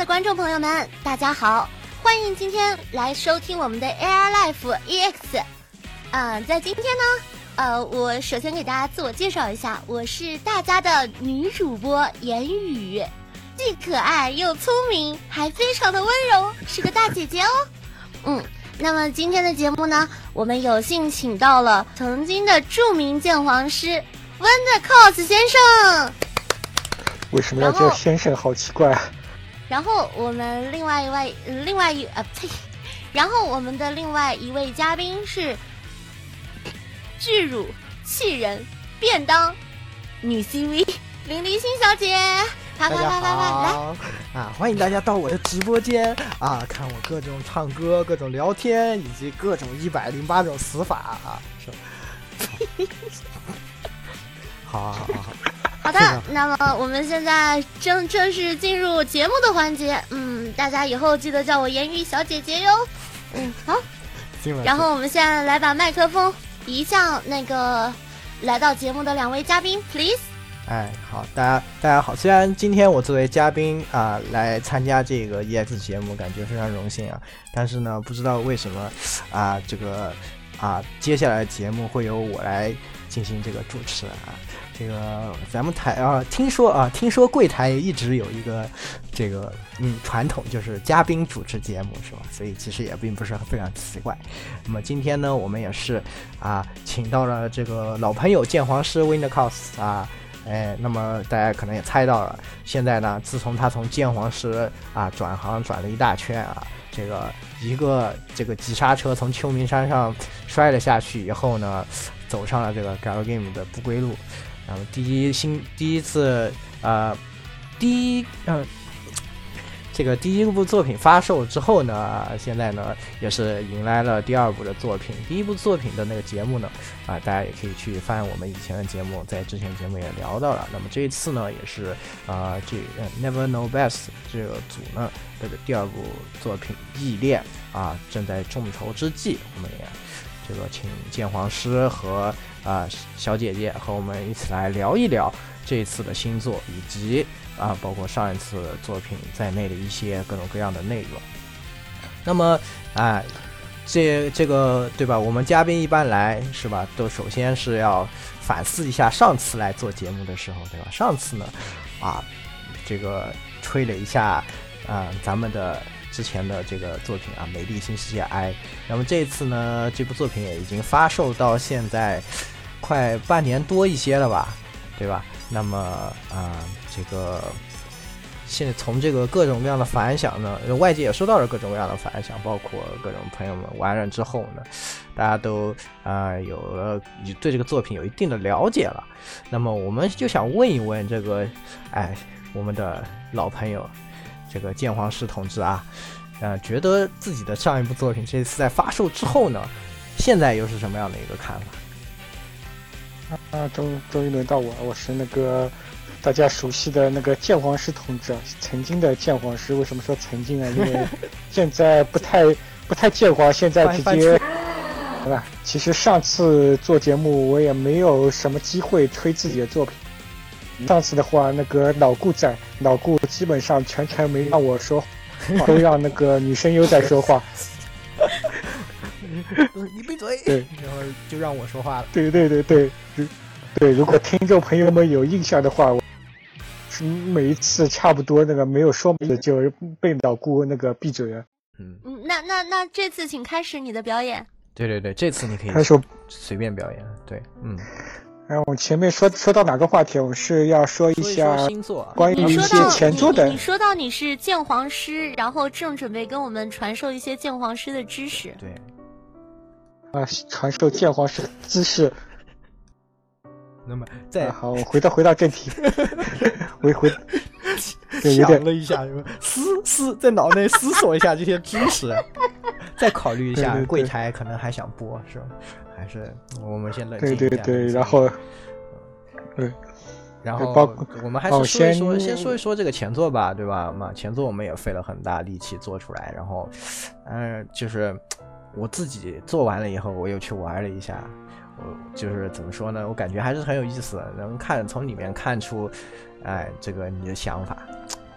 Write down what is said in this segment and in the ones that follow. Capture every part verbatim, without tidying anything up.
的观众朋友们，大家好，欢迎今天来收听我们的 A R Life E X。嗯、呃，在今天呢，呃，我首先给大家自我介绍一下，我是大家的女主播言语，既可爱又聪明，还非常的温柔，是个大姐姐哦。嗯，那么今天的节目呢，我们有幸请到了曾经的著名鉴黄师温的 cos 先生。 为什么要叫先生？好奇怪啊！ 然后我们另外一位，另外一呃呸，然后我们的另外一位嘉宾是巨乳气人便当女 C V 林立欣小姐，啪啪啪啪啪， 来啊！欢迎大家到我的直播间啊，看我各种唱歌、各种聊天，以及各种一百零八种死法啊！是好好好好。 好的，那么我们现在正正式进入节目的环节。嗯，大家以后记得叫我言语小姐姐哟。嗯，好。然后我们现在来把麦克风移向那个来到节目的两位嘉宾 ，please。 哎，好，大家大家好。虽然今天我作为嘉宾啊、呃、来参加这个 E X 节目，感觉非常荣幸啊，但是呢，不知道为什么啊、呃、这个啊、呃、接下来的节目会由我来进行这个主持啊。这个咱们台啊，听说啊，听说柜台一直有一个这个嗯传统，就是嘉宾主持节目，是吧？所以其实也并不是非常奇怪。那么今天呢，我们也是啊，请到了这个老朋友鉴黄师 Windcos 啊，哎，那么大家可能也猜到了，现在呢，自从他从鉴黄师啊转行转了一大圈啊，这个一个这个急刹车从秋名山上摔了下去以后呢，走上了这个 Galgame 的不归路。然后第一新第一次呃第一嗯、呃、这个第一部作品发售之后呢，现在呢也是迎来了第二部的作品。第一部作品的那个节目呢啊、呃，大家也可以去翻我们以前的节目，在之前节目也聊到了。那么这一次呢，也是啊、呃、这、呃、Never Know Best 这个组呢这个第二部作品《异恋》啊正在众筹之际，我们也这个请鉴黄师和啊、呃、小姐姐和我们一起来聊一聊这一次的新作，以及啊包括上一次作品在内的一些各种各样的内容。那么啊、呃、这这个对吧，我们嘉宾一般来是吧，都首先是要反思一下上次来做节目的时候，对吧？上次呢啊这个吹了一下啊、呃、咱们的之前的这个作品啊，《美丽新世界 I》，那么这一次呢，这部作品也已经发售到现在快半年多一些了吧，对吧？那么啊、呃，这个现在从这个各种各样的反响呢，外界也收到了各种各样的反响，包括各种朋友们玩了之后呢，大家都啊、呃、有了对这个作品有一定的了解了。那么我们就想问一问这个，哎，我们的老朋友。这个鉴黄师同志啊，呃，觉得自己的上一部作品这次在发售之后呢，现在又是什么样的一个看法？ 啊，终终于轮到我，我是那个大家熟悉的那个鉴黄师同志，曾经的鉴黄师。为什么说曾经呢？因为现在不太不太鉴黄，现在直接，对吧？其实上次做节目我也没有什么机会吹自己的作品。上次的话，那个老顾在，老顾基本上全程没让我说话，都让那个女声优在说话。 你闭嘴！ 对， 然后就让我说话了。 对对对对对，如果听众朋友们有印象的话，我每一次差不多那个没有说明就被老顾那个闭嘴了。 嗯嗯，那那那这次请开始你的表演。 对对对，这次你可以开始随便表演。对，嗯。 然后我前面说说到哪个话题？我是要说一下关于一些前作的。 你说到你是鉴黄师，然后正准备跟我们传授一些鉴黄师的知识。 对。 啊，传授鉴黄师知识。 那么再、 啊、好，我回到回到正题。回回。 想了一下，思思在脑内思索一下这些知识，再考虑一下柜台可能还想播，是吧？还是我们先冷静一下。 对对对，然后，对， 然后我们还是说一说，先说一说这个前作吧，对吧？嘛，前作我们也费了很大力气做出来，然后，嗯、呃，就是我自己做完了以后，我又去玩了一下，我就是怎么说呢？我感觉还是很有意思的，能看从里面看出，哎，这个你的想法。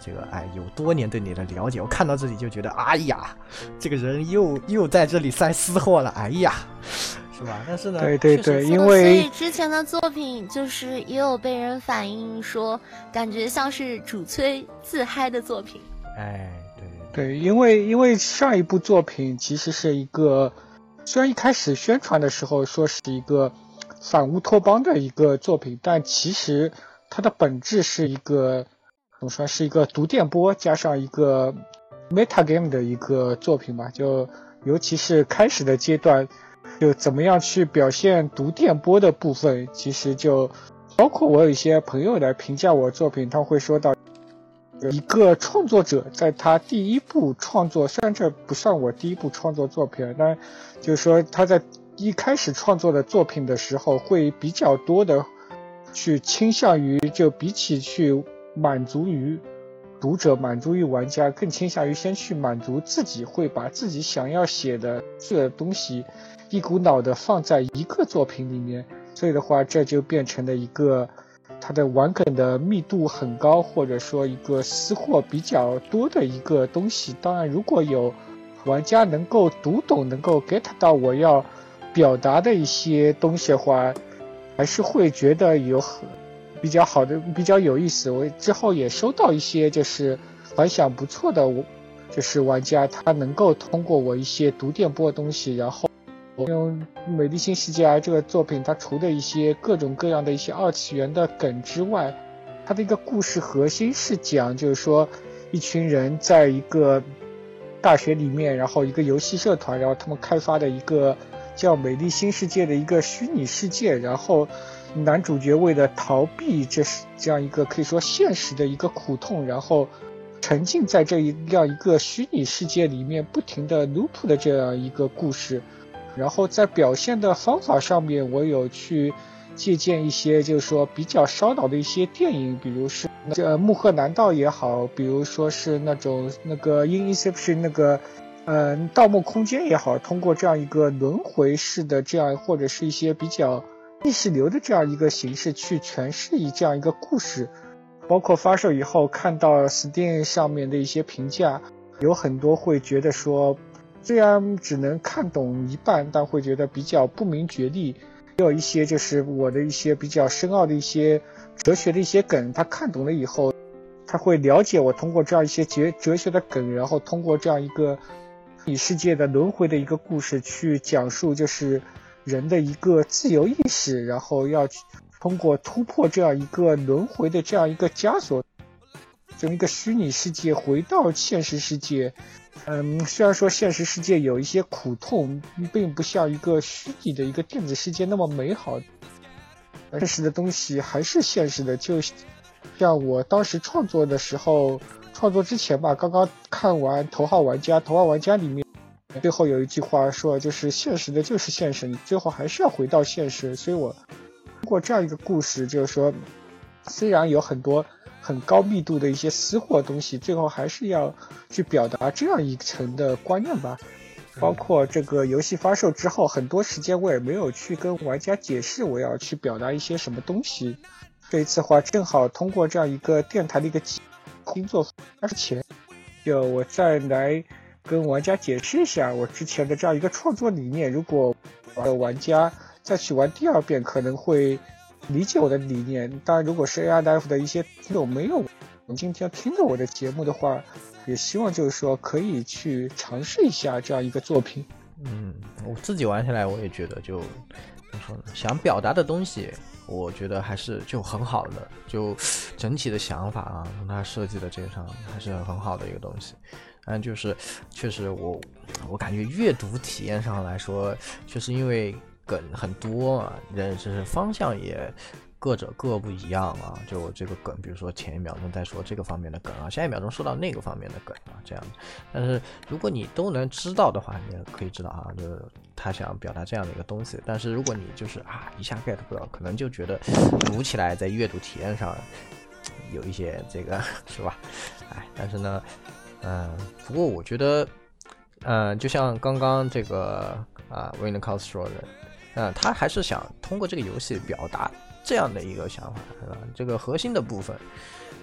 这个哎有多年对你的了解，我看到这里就觉得哎呀，这个人又又在这里塞私货了，哎呀，是吧？但是呢， 对对对，因为所为以之前的作品就是也有被人反映说，感觉像是主催自嗨的作品。 哎，对对，因为因为上一部作品其实是一个，虽然一开始宣传的时候说是一个反乌托邦的一个作品，但其实它的本质是一个怎么说，是一个读电波加上一个 meta game 的一个作品吧。就尤其是开始的阶段，就怎么样去表现读电波的部分，其实就包括我有一些朋友来评价我作品，他会说到一个创作者在他第一部创作，虽然这不算我第一部创作作品，但就是说他在一开始创作的作品的时候，会比较多的去倾向于，就比起去满足于读者、满足于玩家，更倾向于先去满足自己，会把自己想要写的这个东西一股脑的放在一个作品里面，所以的话，这就变成了一个它的玩梗的密度很高，或者说一个私货比较多的一个东西。当然，如果有玩家能够读懂，能够 get 到我要表达的一些东西的话，还是会觉得有很比较好的、比较有意思。我之后也收到一些就是反响不错的，就是玩家他能够通过我一些读电波的东西，然后用《美丽新世界》这个作品，它除了一些各种各样的一些二次元的梗之外，它的一个故事核心是讲，就是说一群人在一个大学里面，然后一个游戏社团，然后他们开发的一个叫《美丽新世界》的一个虚拟世界，然后男主角为了逃避这是这样一个可以说现实的一个苦痛，然后沉浸在这样一个虚拟世界里面，不停的 loop 的这样一个故事。然后在表现的方法上面，我有去借鉴一些就是说比较烧脑的一些电影，比如是呃穆赫南道也好，比如说是那种那个 Inception 那个呃盗梦空间也好，通过这样一个轮回式的这样或者是一些比较意识流的这样一个形式去诠释一这样一个故事。包括发售以后看到 Steam 上面的一些评价，有很多会觉得说虽然只能看懂一半，但会觉得比较不明觉厉。也有一些就是我的一些比较深奥的一些哲学的一些梗，他看懂了以后，他会了解我通过这样一些哲哲学的梗，然后通过这样一个以世界的轮回的一个故事去讲述，就是人的一个自由意识，然后要通过突破这样一个轮回的这样一个枷锁，从一个虚拟世界回到现实世界。嗯，虽然说现实世界有一些苦痛，并不像一个虚拟的一个电子世界那么美好，现实的东西还是现实的。就像我当时创作的时候，创作之前吧，刚刚看完《头号玩家》，《头号玩家》里面最后有一句话说，就是现实的就是现实，你最后还是要回到现实。所以我通过这样一个故事，就是说虽然有很多很高密度的一些私货东西，最后还是要去表达这样一层的观念吧。包括这个游戏发售之后，很多时间我也没有去跟玩家解释我要去表达一些什么东西。这一次的话，正好通过这样一个电台的一个工作之前，就我再来跟玩家解释一下我之前的这样一个创作理念。如果玩家再去玩第二遍，可能会理解我的理念。当然如果是 A R Life 的一些听友没有今天听着我的节目的话，也希望就是说可以去尝试一下这样一个作品。 嗯，我自己玩下来我也觉得就怎么说呢，想表达的东西我觉得还是就很好的，就整体的想法啊，从它设计的这个上还是很好的一个东西。嗯，就是确实我我感觉阅读体验上来说，确实因为梗很多嘛，人就是方向也各者各不一样啊。就这个梗，比如说前一秒钟在说这个方面的梗啊，下一秒钟说到那个方面的梗啊，这样。但是如果你都能知道的话，你也可以知道啊，就是他想表达这样的一个东西。但是如果你就是啊一下 get 不到，可能就觉得读起来在阅读体验上有一些这个是吧？哎，但是呢，嗯、呃，不过我觉得，嗯、呃，就像刚刚这个啊 Winnicott 说的。嗯，他还是想通过这个游戏表达这样的一个想法，是吧？这个核心的部分，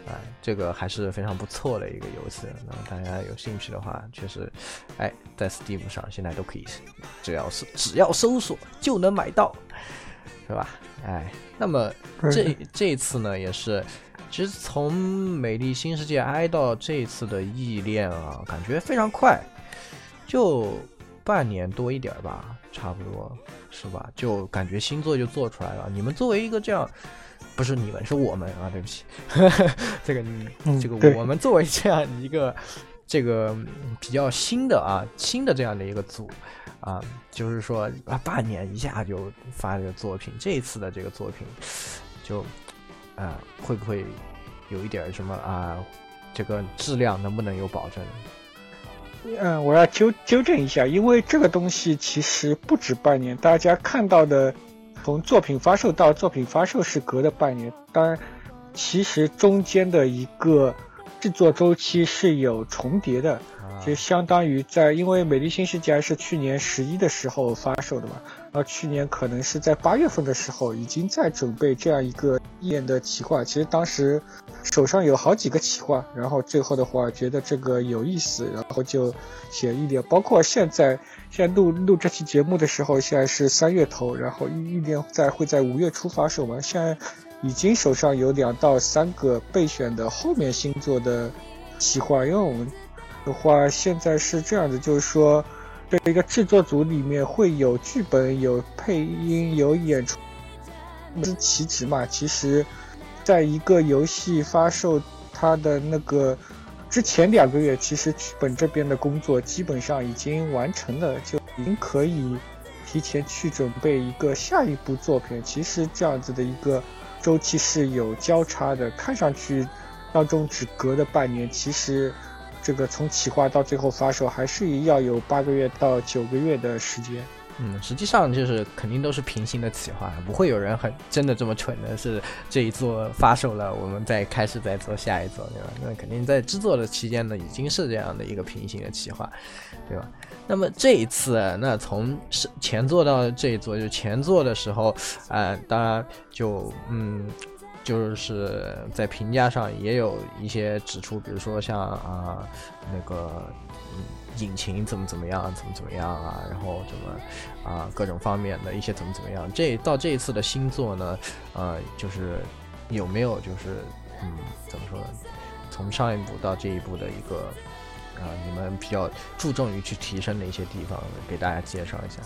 哎，这个还是非常不错的一个游戏。那么大家有兴趣的话，确实，哎，在 Steam 上现在都可以，只要是只要搜索就能买到，是吧？哎，那么这这一次呢，也是，其实从美丽新世界 I 到这一次的异恋啊，感觉非常快，就半年多一点吧，差不多是吧？就感觉新作就做出来了。你们作为一个这样。不是你们，是我们啊！对不起，这个这个我们作为这样一个这个比较新的啊新的这样的一个组啊，就是说啊半年一下就发这个作品，这一次的这个作品就啊会不会有一点什么啊这个质量能不能有保证？ 嗯，我要纠纠正一下，因为这个东西其实不止半年，大家看到的。从作品发售到作品发售是隔了半年，当然其实中间的一个制作周期是有重叠的，就相当于在因为美丽新世界是去年十一的时候发售的嘛，然后去年可能是在八月份的时候已经在准备这样一个异恋的企划，其实当时手上有好几个企划，然后最后的话觉得这个有意思，然后就写异恋，包括现在现在录录这期节目的时候，现在是三月头，然后异恋在会在五月初发售嘛，现在已经手上有两到三个备选的后面新作的企划，因为我们的话现在是这样的，就是说这一个制作组里面会有剧本、有配音、有演出，是其职嘛。其实在一个游戏发售它的那个之前两个月，其实剧本这边的工作基本上已经完成了，就已经可以提前去准备一个下一部作品。其实这样子的一个周期是有交叉的，看上去当中只隔了半年，其实这个从企划到最后发售还是要有八个月到九个月的时间。 嗯，实际上就是肯定都是平行的企划，不会有人很真的这么蠢的是这一座发售了我们再开始再做下一座，对吧？那肯定在制作的期间呢已经是这样的一个平行的企划，对吧？那么这一次那从前作到这一座，就前作的时候啊、呃，当然就嗯就是在评价上也有一些指出，比如说像啊、呃、那个嗯引擎怎么怎么样，怎么怎么样啊，然后怎么啊、呃、各种方面的一些怎么怎么样。这到这一次的新作呢，呃，就是有没有就是嗯怎么说呢？从上一部到这一部的一个啊、呃，你们比较注重于去提升的一些地方，给大家介绍一下。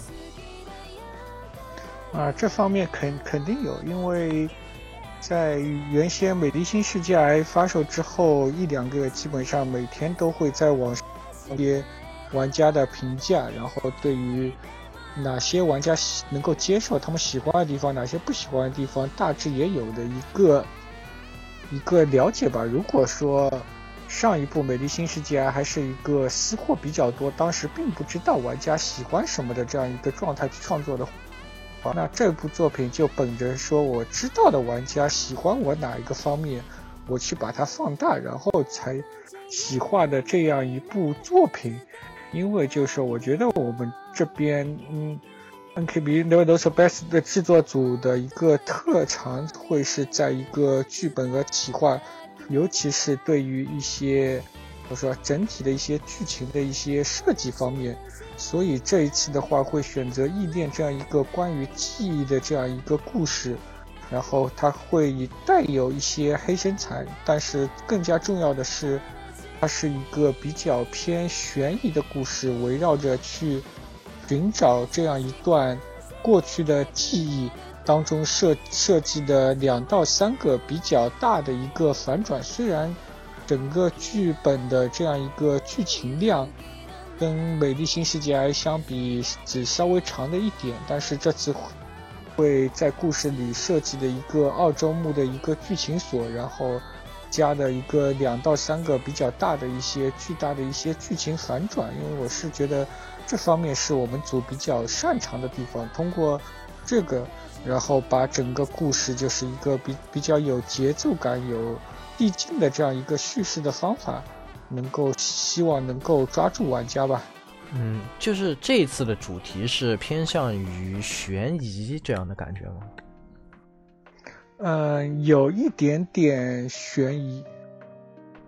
啊，这方面肯肯定有，因为在原先美丽新世界 I 发售之后一两个月，基本上每天都会在网上些玩家的评价，然后对于哪些玩家能够接受他们喜欢的地方，哪些不喜欢的地方，大致也有的一个一个了解吧。如果说上一部美丽新世界还是一个私货比较多，当时并不知道玩家喜欢什么的这样一个状态去创作的话，那这部作品就本着说我知道的玩家喜欢我哪一个方面，我去把它放大，然后才企划的这样一部作品。因为就是我觉得我们这边嗯 N K B Those Best 的制作组的一个特长会是在一个剧本和企划，尤其是对于一些我说整体的一些剧情的一些设计方面，所以这一次的话会选择异恋这样一个关于记忆的这样一个故事，然后它会带有一些黑森彩，但是更加重要的是它是一个比较偏悬疑的故事，围绕着去寻找这样一段过去的记忆当中设设计的两到三个比较大的一个反转。虽然整个剧本的这样一个剧情量跟美丽新世界 I 相比只稍微长了一点，但是这次会在故事里设计的一个澳洲木的一个剧情锁，然后加的一个两到三个比较大的一些巨大的一些剧情反转。因为我是觉得这方面是我们组比较擅长的地方，通过这个然后把整个故事就是一个比比较有节奏感有递进的这样一个叙事的方法，能够希望能够抓住玩家吧。 嗯，就是这一次的主题是偏向于悬疑这样的感觉吗？ 嗯，有一点点悬疑，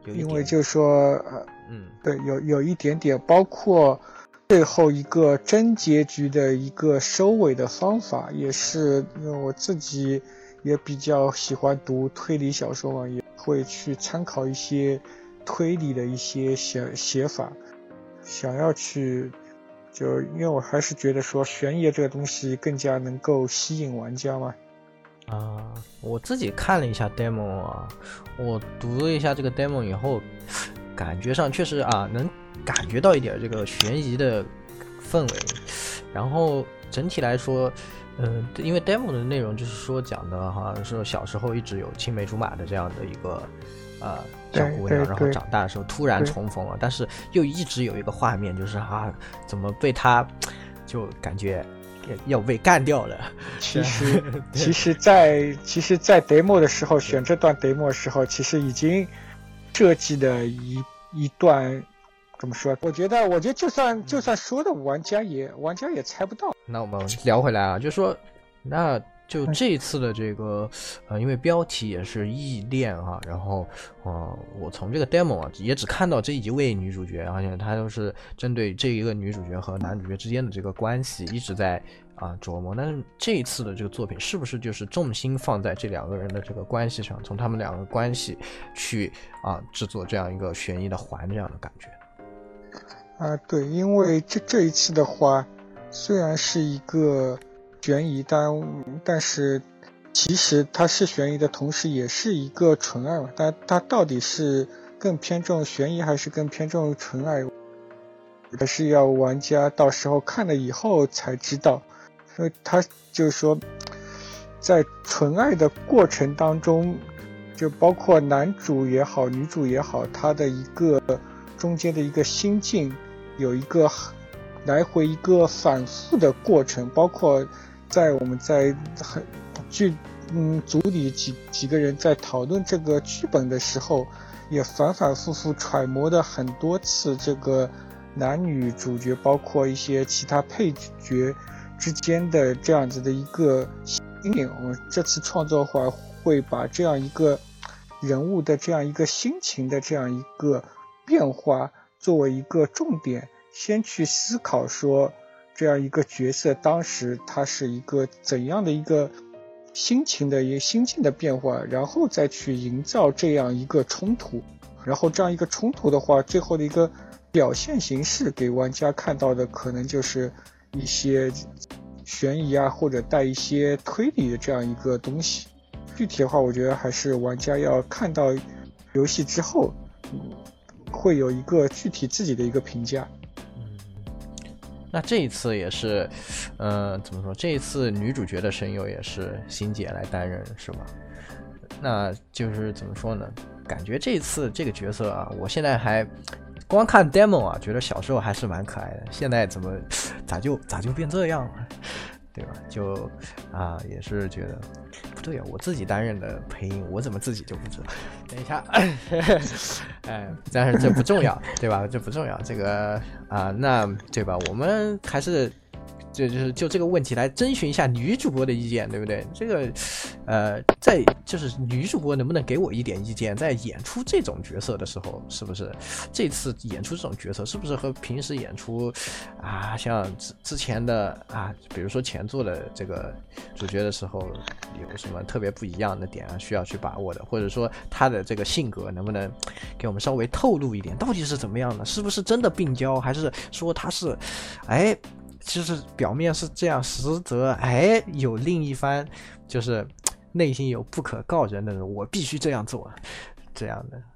因为就是说，呃， 嗯， 对，有有一点点，包括最后一个真结局的一个收尾的方法，也是因为我自己也比较喜欢读推理小说嘛，也会去参考一些推理的一些写写法，想要去。就因为我还是觉得说悬疑这个东西更加能够吸引玩家嘛。 啊，我自己看了一下 demo 啊，我读了一下这个 demo 以后，感觉上确实啊，能感觉到一点这个悬疑的氛围。然后整体来说，嗯、呃，因为 demo 的内容就是说讲的好像是小时候一直有青梅竹马的这样的一个呃小姑娘，然后长大的时候突然重逢了，但是又一直有一个画面，就是啊，怎么被他就感觉要被干掉了。 其实，其实在其实，在 demo 的时候选这段 demo 的时候，其实已经设计的一一段怎么说？我觉得，我觉得就算就算说的玩家也玩家也猜不到。 那我们聊回来啊，就说那。就这一次的这个，呃，因为标题也是异恋哈，然后，呃，我从这个 demo 啊，也只看到这一位女主角，而且她都是针对这一个女主角和男主角之间的这个关系一直在啊、呃、琢磨。但是这一次的这个作品是不是就是重心放在这两个人的这个关系上，从他们两个关系去啊、呃、制作这样一个悬疑的环这样的感觉？ 啊，对，因为这这一次的话，虽然是一个。悬疑，但但是其实它是悬疑的同时也是一个纯爱嘛，但它到底是更偏重悬疑还是更偏重纯爱，还是要玩家到时候看了以后才知道。因为它就是说在纯爱的过程当中，就包括男主也好女主也好，他的一个中间的一个心境有一个来回一个反复的过程，包括在我们在很剧嗯组里几几个人在讨论这个剧本的时候，也反反复复揣摩的很多次这个男女主角包括一些其他配角之间的这样子的一个心理。我们这次创作的话会把这样一个人物的这样一个心情的这样一个变化作为一个重点，先去思考说这样一个角色当时他是一个怎样的一个心情的一个心境的变化，然后再去营造这样一个冲突，然后这样一个冲突的话最后的一个表现形式给玩家看到的可能就是一些悬疑啊或者带一些推理的这样一个东西。具体的话我觉得还是玩家要看到游戏之后、嗯、会有一个具体自己的一个评价。 那这一次也是，呃，怎么说？这一次女主角的声优也是欣姐来担任，是吧？那就是怎么说呢？感觉这一次这个角色啊，我现在还光看 demo 啊，觉得小时候还是蛮可爱的。现在怎么咋就咋就变这样了？对吧？就啊，也是觉得不对啊，我自己担任的配音，我怎么自己就不知道？等一下，哎，但是这不重要，对吧？这不重要，这个啊，那对吧？我们还是就就是就这个问题来征询一下女主播的意见，对不对？这个呃，在就是女主播能不能给我一点意见，在演出这种角色的时候，是不是这次演出这种角色是不是和平时演出啊，像之之前的啊，比如说前作的这个主角的时候，有什么特别不一样的点啊，需要去把握的，或者说他的这个性格能不能给我们稍微透露一点，到底是怎么样的？是不是真的病娇，还是说他是哎？就是表面是这样，实则哎有另一番，就是内心有不可告人的人，我必须这样做，这样的。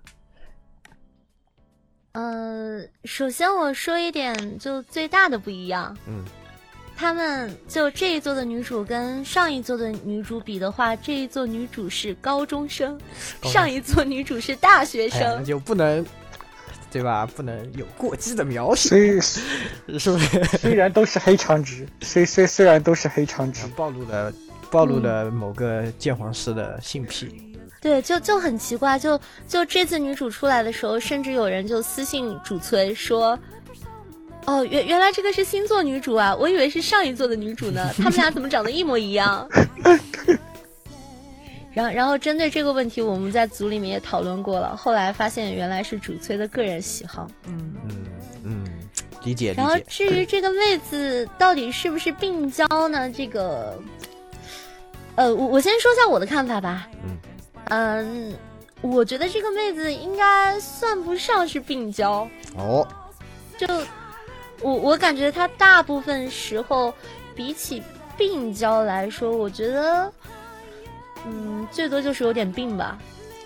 呃，首先我说一点，就最大的不一样， 嗯， 他们就这一座的女主跟上一座的女主比的话，这一座女主是高中生，高中上一座女主是大学生， 哎、就不能。对吧？不能有过激的描写，是不是？ 虽然都是黑长直，虽虽虽然都是黑长直， 暴露了暴露了某个鉴黄师的性癖。 对，就就很奇怪，就就这次女主出来的时候，甚至有人就私信主催说，哦，原原来这个是新作女主啊，我以为是上一作的女主呢，他们俩怎么长得一模一样？ 然后然后针对这个问题，我们在组里面也讨论过了，后来发现原来是主催的个人喜好。 嗯嗯嗯，理解理解。 然后至于这个妹子到底是不是病娇呢？这个，呃，我我先说一下我的看法吧。 嗯嗯，我觉得这个妹子应该算不上是病娇。 哦， 就我我感觉她大部分时候比起病娇来说，我觉得。嗯，最多就是有点病吧。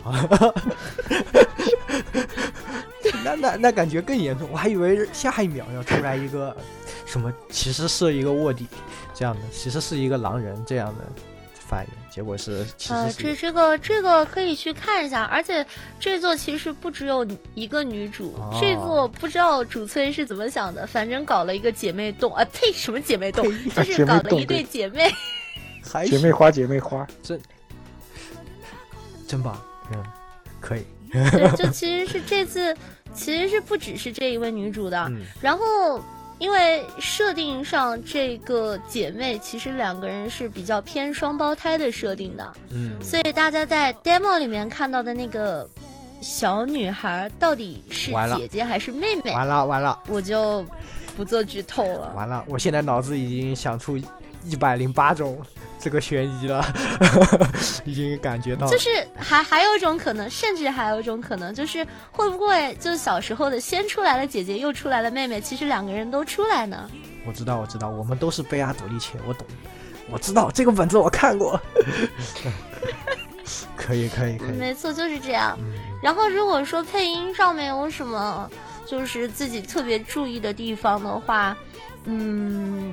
那那那感觉更严重，我还以为下一秒要出来一个什么，其实是一个卧底这样的，其实是一个狼人这样的反应，结果是其实是呃，这这个这个可以去看一下，而且这座其实不只有一个女主，哦、这座不知道主催是怎么想的，反正搞了一个姐妹洞啊，呸，什么姐妹洞，就是搞了一对姐妹， 姐妹花，姐妹花， 真真棒，嗯，可以。 对，就其实是这次，其实是不只是这一位女主的，嗯、然后因为设定上这个姐妹其实两个人是比较偏双胞胎的设定的，嗯，所以大家在 demo 里面看到的那个小女孩到底是姐姐还是妹妹？ 完了完了， 我就不做剧透了。 完了，我现在脑子已经想出一百零八种。这个悬疑了，已经感觉到， 就是还还有一种可能，甚至还有一种可能，就是会不会就是小时候的先出来了姐姐，又出来了妹妹，其实两个人都出来呢？ 我知道，我知道，我们都是贝阿朵莉切，我懂，我知道这个本子我看过，可以可以可以， 没错，就是这样。嗯、然后如果说配音上面有什么就是自己特别注意的地方的话，嗯。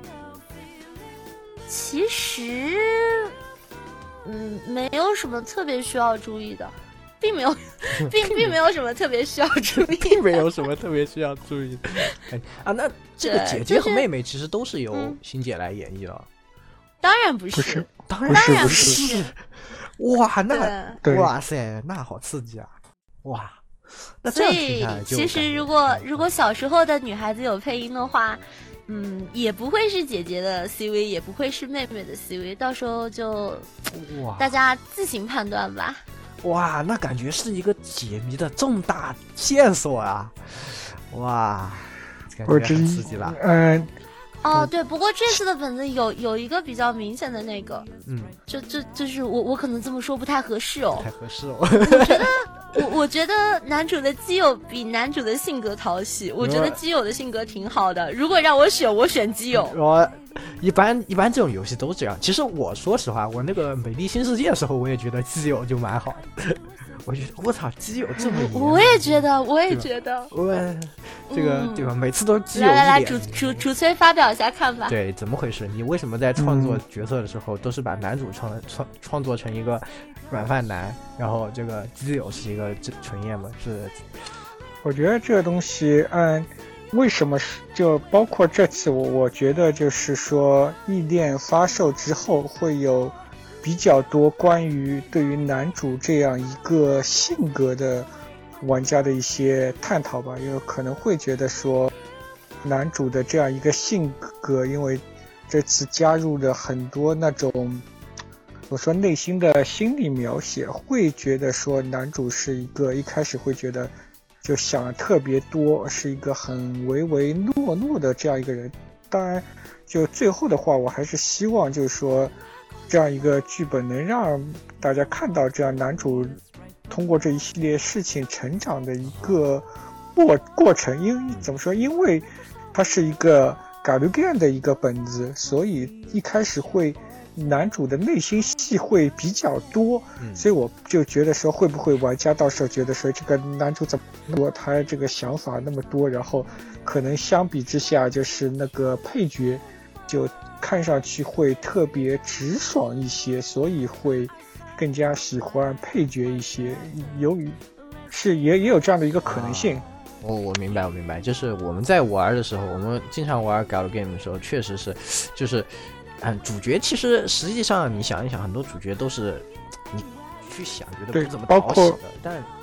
其实，嗯，没有什么特别需要注意的，并没有，并并没有什么特别需要注意， 并没有什么特别需要注意的。哎啊，那这个姐姐和妹妹其实都是由欣姐来演绎了。 当然不是， 不是当然当然不是。哇，那哇塞，那好刺激啊！哇，那这样听下来就其实如果如果小时候的女孩子有配音的话。嗯，也不会是姐姐的 C V， 也不会是妹妹的 C V， 到时候就哇， 大家自行判断吧。 哇，那感觉是一个解谜的重大线索啊！哇，感觉很刺激了。 嗯。 哦，对，不过这次的本子有有一个比较明显的那个， 嗯， 就就就是我我可能这么说不太合适哦， 不太合适哦。 我觉得我我觉得男主的基友比男主的性格讨喜，我觉得基友的性格挺好的。如果让我选，我选基友。 我一般一般这种游戏都这样。其实我说实话，我那个美丽新世界的时候，我也觉得基友就蛮好的。我觉得我操，基友这么严， 我也觉得，我也觉得， 我这个、嗯、对吧？每次都基友一来来来，主主主催发表一下看法。 对，怎么回事？你为什么在创作角色的时候，都是把男主创创创作成一个软饭男，然后这个基友是一个纯爷们？是， 我觉得这个东西，嗯，为什么是就包括这次我我觉得就是说，异恋发售之后会有。比较多关于对于男主这样一个性格的玩家的一些探讨吧，因为可能会觉得说男主的这样一个性格，因为这次加入了很多那种我说内心的心理描写，会觉得说男主是一个一开始会觉得就想特别多，是一个很唯唯诺诺的这样一个人。当然就最后的话，我还是希望就是说这样一个剧本能让大家看到这样男主通过这一系列事情成长的一个过过程。因怎么说？因为它是一个 Galgame 的一个本子，所以一开始会男主的内心戏会比较多，所以我就觉得说会不会玩家到时候觉得说这个男主怎么多，他这个想法那么多，然后可能相比之下就是那个配角就看上去会特别直爽一些，所以会更加喜欢配角一些，由于是也也有这样的一个可能性。 我、哦、我明白我明白，就是我们在玩的时候，我们经常玩 Galgame 的时候，确实是就是嗯，主角其实实际上你想一想，很多主角都是你去想觉得不怎么讨喜的，但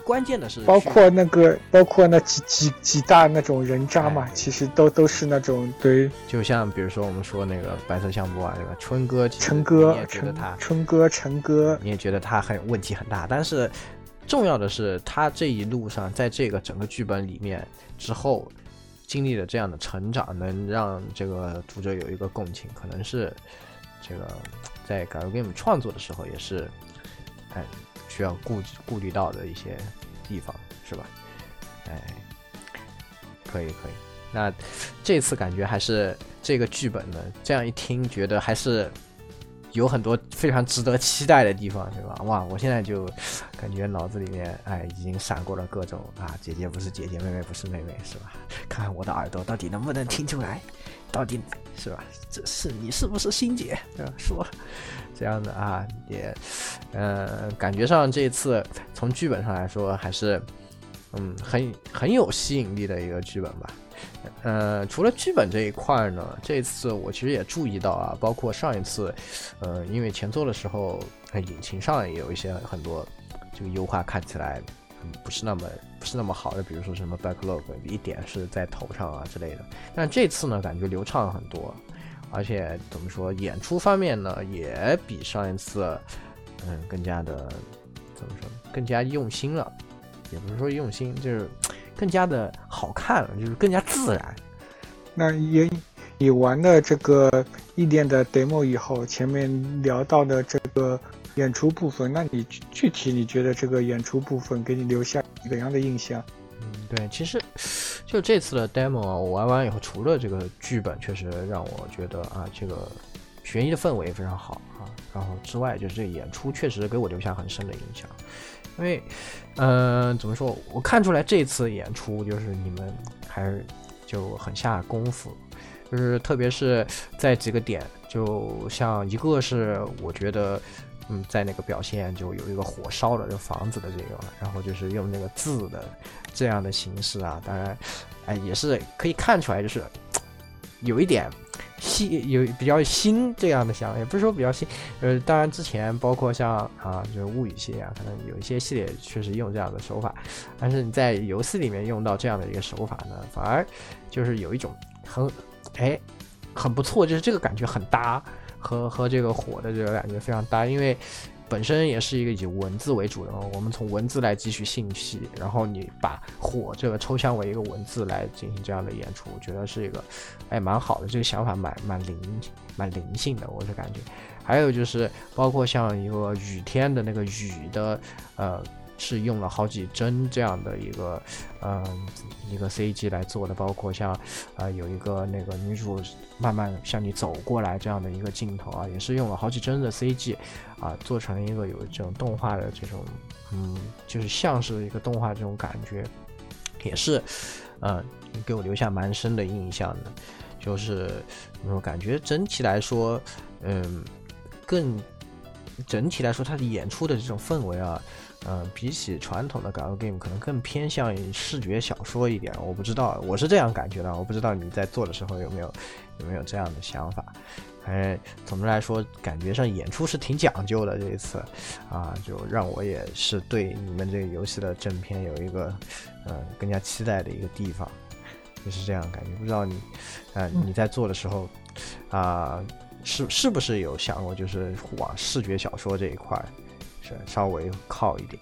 关键的是包括那个包括那几几几大那种人渣嘛，哎、其实都都是那种对， 就像比如说我们说那个白色相簿啊，这个春哥， 陈哥， 你也觉得他春哥陈哥， 你也觉得他很问题很大，但是重要的是他这一路上在这个整个剧本里面之后经历了这样的成长，能让这个读者有一个共情，可能是这个在 Galgame 创作的时候也是哎需要顾顾虑到的一些地方，是吧？哎，可以可以。那这次感觉还是这个剧本呢，这样一听觉得还是有很多非常值得期待的地方，是吧？哇，我现在就感觉脑子里面哎已经闪过了各种啊，姐姐不是姐姐，妹妹不是妹妹，是吧？看看我的耳朵到底能不能听出来，到底是吧？这是你是不是欣姐？对吧？说这样的啊，也呃，感觉上这次从剧本上来说还是嗯很很有吸引力的一个剧本吧。呃，除了剧本这一块呢，这次我其实也注意到啊，包括上一次，呃，因为前作的时候，引擎上也有一些很多这个优化看起来、嗯、不是那么不是那么好的，比如说什么 backlog 一点是在头上啊之类的。但这次呢，感觉流畅很多，而且怎么说，演出方面呢，也比上一次，嗯，更加的怎么说，更加用心了，也不是说用心，就是更加的好看了，就是更加自然。 那也你玩了这个异电的 demo 以后，前面聊到的这个演出部分，那你具体你觉得这个演出部分给你留下怎样的印象？ 嗯，对，其实就这次的 demo 啊，我玩完以后，除了这个剧本确实让我觉得啊，这个悬疑的氛围非常好啊，然后之外就是这个演出确实给我留下很深的印象。因为，嗯、呃，怎么说？我看出来这次演出就是你们还是就很下功夫，就是特别是在几个点，就像一个是我觉得，嗯，在那个表现就有一个火烧了这个房子的这个，然后就是用那个字的这样的形式啊，当然，哎，也是可以看出来，就是有一点。新有比较新这样的想，也不是说比较新，呃，当然之前包括像啊，就是物语系列啊，可能有一些系列确实用这样的手法，但是你在游戏里面用到这样的一个手法呢，反而就是有一种很哎很不错，就是这个感觉很搭，和和这个火的这个感觉非常搭，因为本身也是一个以文字为主的，我们从文字来汲取信息，然后你把火这个抽象为一个文字来进行这样的演出，我觉得是一个哎蛮好的，这个想法蛮蛮灵蛮灵性的，我是感觉。还有就是包括像一个雨天的那个雨的呃是用了好几帧这样的一个嗯、呃、一个 C G 来做的，包括像呃有一个那个女主慢慢向你走过来这样的一个镜头啊，也是用了好几帧的 C G 啊，做成一个有这种动画的这种嗯就是像是一个动画这种感觉，也是嗯、呃、给我留下蛮深的印象的，就是我感觉整体来说嗯更整体来说它的演出的这种氛围啊，嗯，比起传统的 Galgame 可能更偏向于视觉小说一点，我不知道，我是这样感觉的，我不知道你在做的时候有没有有没有这样的想法。哎，总的来说，感觉上演出是挺讲究的这一次，啊，就让我也是对你们这个游戏的正片有一个，嗯，更加期待的一个地方，就是这样感觉。不知道你，啊，你在做的时候，啊，是是不是有想过，就是往视觉小说这一块？是稍微靠一点。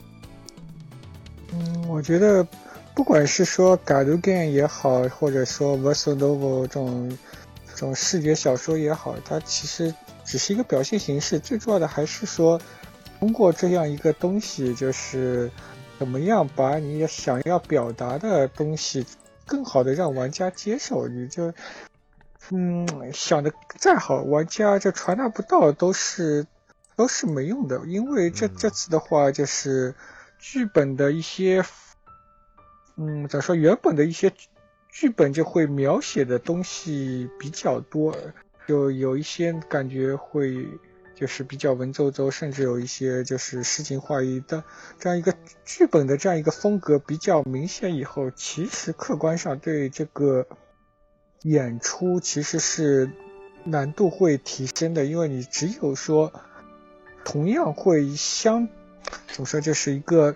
嗯，我觉得不管是说 Galgame 也好，或者说 Verso Novel 这种这种视觉小说也好，它其实只是一个表现形式，最重要的还是说通过这样一个东西，就是怎么样把你想要表达的东西更好的让玩家接受。你就嗯想的再好，玩家这传达不到都是都是没用的，因为这这次的话就是剧本的一些嗯怎么说，原本的一些剧本就会描写的东西比较多，就有一些感觉会就是比较文绉绉，甚至有一些就是诗情画意的这样一个剧本的这样一个风格比较明显以后，其实客观上对这个演出其实是难度会提升的，因为你只有说同样会相怎么说，就是一个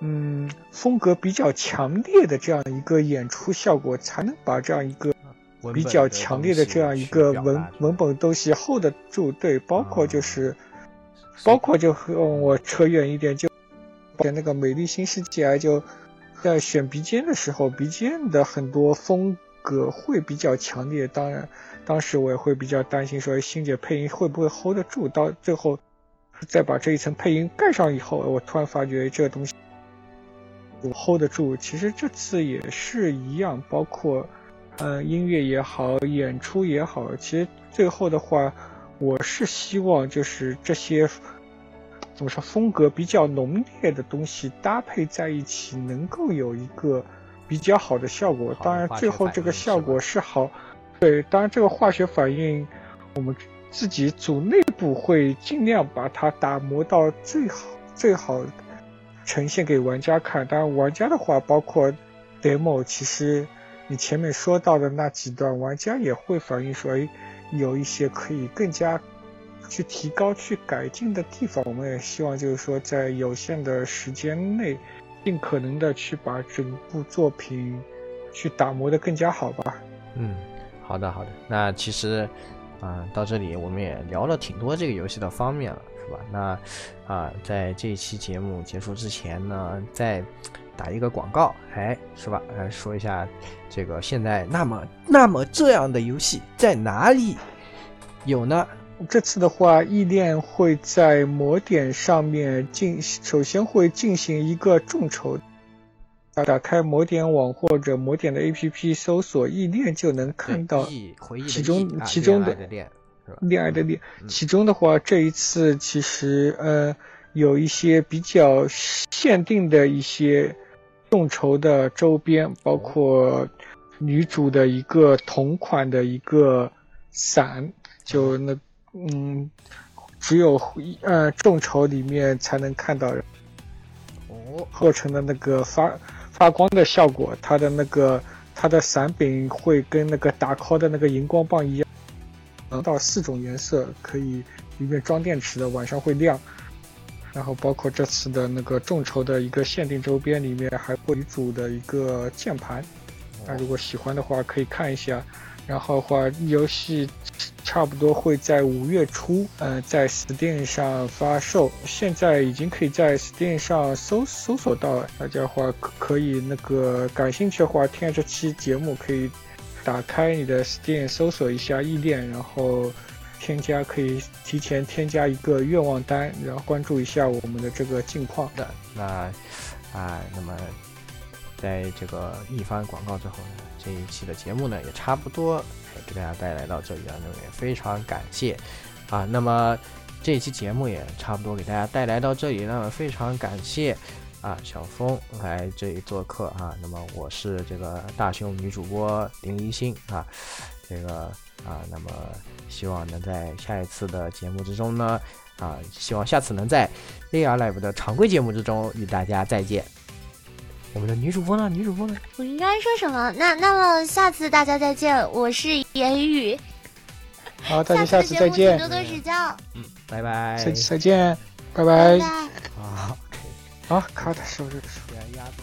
嗯风格比较强烈的这样一个演出效果，才能把这样一个比较强烈的这样一个文文本东西 hold 得住。对，包括就是、嗯、包括就嗯我扯远一点，就那个美丽新世界，就在选鼻尖的时候，鼻尖的很多风格会比较强烈，当然当时我也会比较担心说星姐配音会不会 hold 得住，到最后再把这一层配音盖上以后，我突然发觉这个东西我 hold 得住。其实这次也是一样，包括呃音乐也好，演出也好，其实最后的话我是希望就是这些怎么说风格比较浓烈的东西搭配在一起，能够有一个比较好的效果。当然最后这个效果是好，对，当然这个化学反应我们自己组内部会尽量把它打磨到最好最好呈现给玩家看。当然玩家的话包括 demo， 其实你前面说到的那几段玩家也会反映说，哎，有一些可以更加去提高去改进的地方。我们也希望就是说在有限的时间内尽可能的去把整部作品去打磨得更加好吧。 嗯，好的好的。那其实啊、呃，到这里我们也聊了挺多这个游戏的方面了，是吧？那啊、呃，在这一期节目结束之前呢，再打一个广告，哎，是吧？来说一下这个现在那么那么这样的游戏在哪里有呢？ 这次的话，意恋会在魔点上面进，首先会进行一个众筹。打开魔点网或者魔点的 A P P 搜索意恋就能看到其中其中的恋爱的恋。其中的话，这一次其实呃有一些比较限定的一些众筹的周边，包括女主的一个同款的一个伞，就那嗯只有呃众筹里面才能看到人哦，合成的那个发发光的效果，它的那个它的伞柄会跟那个打 call 的那个荧光棒一样，能到四种颜色，可以里面装电池的，晚上会亮。然后包括这次的那个众筹的一个限定周边里面还会女主的一个键盘，那如果喜欢的话可以看一下。然后的话，游戏差不多会在五月初，呃，在 Steam 上发售。现在已经可以在 Steam 上搜搜索到了。大家的话可以那个感兴趣的话，听这期节目可以打开你的 Steam 搜索一下意恋，然后添加可以提前添加一个愿望单，然后关注一下我们的这个近况的。那啊，那么在这个一番广告之后呢，这一期的节目呢也差不多给大家带来到这里了，那么也非常感谢啊。那么这一期节目也差不多给大家带来到这里，那么非常感谢啊小峰来这里做客啊。那么我是这个大胸女主播林一星啊，这个啊，那么希望能在下一次的节目之中呢啊，希望下次能在 A R Live 的常规节目之中与大家再见。我们的女主播呢？女主播呢？ 我应该说什么？那那么下次大家再见，我是言语。 好，大家下次再见。 多多指教。 嗯，拜拜。 再再见，拜拜。 拜拜。 啊， 好，卡的收拾收拾。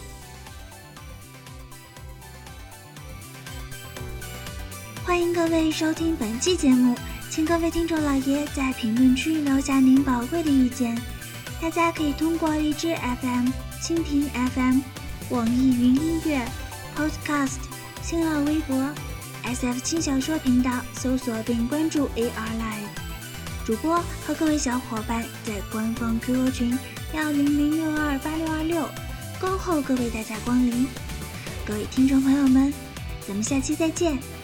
欢迎各位收听本期节目，请各位听众老爷在评论区留下您宝贵的意见。大家可以通过荔枝 F M、蜻蜓 F M、网易云音乐、Podcast、新浪微博、S F 轻小说频道搜索并关注 A R Live。主播和各位小伙伴在官方 Q Q 群幺零零六二八六二六恭候各位大驾光临。各位听众朋友们，咱们下期再见。